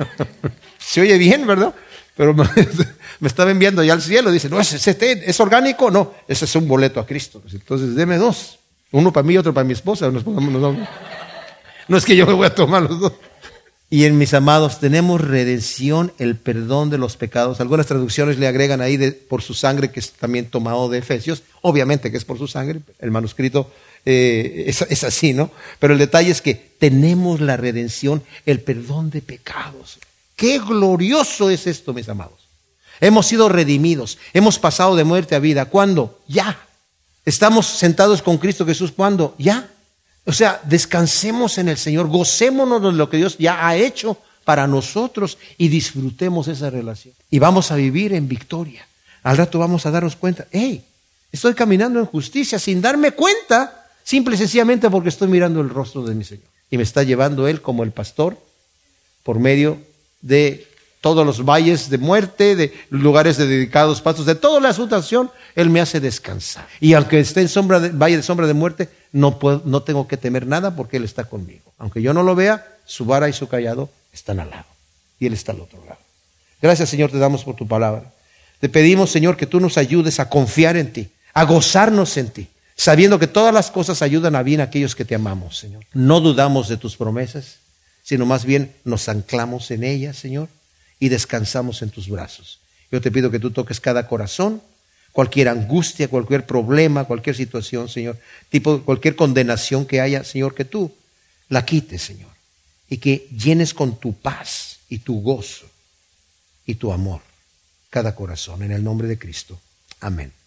Se oye bien, ¿verdad? Pero me, me estaba enviando ya al cielo. Dice, no, ese té es orgánico. No, ese es un boleto a Cristo. Entonces deme dos. Uno para mí y otro para mi esposa. Nos pongamos, nos no es que yo me voy a tomar los dos. Y en mis amados, tenemos redención, el perdón de los pecados. Algunas traducciones le agregan ahí de, por su sangre, que es también tomado de Efesios. Obviamente que es por su sangre. El manuscrito eh, es, es así, ¿no? Pero el detalle es que tenemos la redención, el perdón de pecados. ¡Qué glorioso es esto, mis amados! Hemos sido redimidos. Hemos pasado de muerte a vida. ¿Cuándo? Ya. Estamos sentados con Cristo Jesús. ¿Cuándo? Ya. O sea, descansemos en el Señor, gocémonos de lo que Dios ya ha hecho para nosotros y disfrutemos esa relación. Y vamos a vivir en victoria. Al rato vamos a darnos cuenta, hey, estoy caminando en justicia sin darme cuenta, simple y sencillamente porque estoy mirando el rostro de mi Señor. Y me está llevando Él como el pastor por medio de todos los valles de muerte, de lugares de dedicados pastos, de toda la situación, Él me hace descansar. Y aunque esté en sombra de, valle de sombra de muerte, no, puedo, no tengo que temer nada porque Él está conmigo. Aunque yo no lo vea, su vara y su cayado están al lado. Y Él está al otro lado. Gracias, Señor, te damos por tu palabra. Te pedimos, Señor, que tú nos ayudes a confiar en ti, a gozarnos en ti, sabiendo que todas las cosas ayudan a bien a aquellos que te amamos, Señor. No dudamos de tus promesas, sino más bien nos anclamos en ellas, Señor, y descansamos en tus brazos. Yo te pido que tú toques cada corazón, cualquier angustia, cualquier problema, cualquier situación, Señor, tipo cualquier condenación que haya, Señor, que tú la quites, Señor, y que llenes con tu paz y tu gozo y tu amor cada corazón, en el nombre de Cristo. Amén.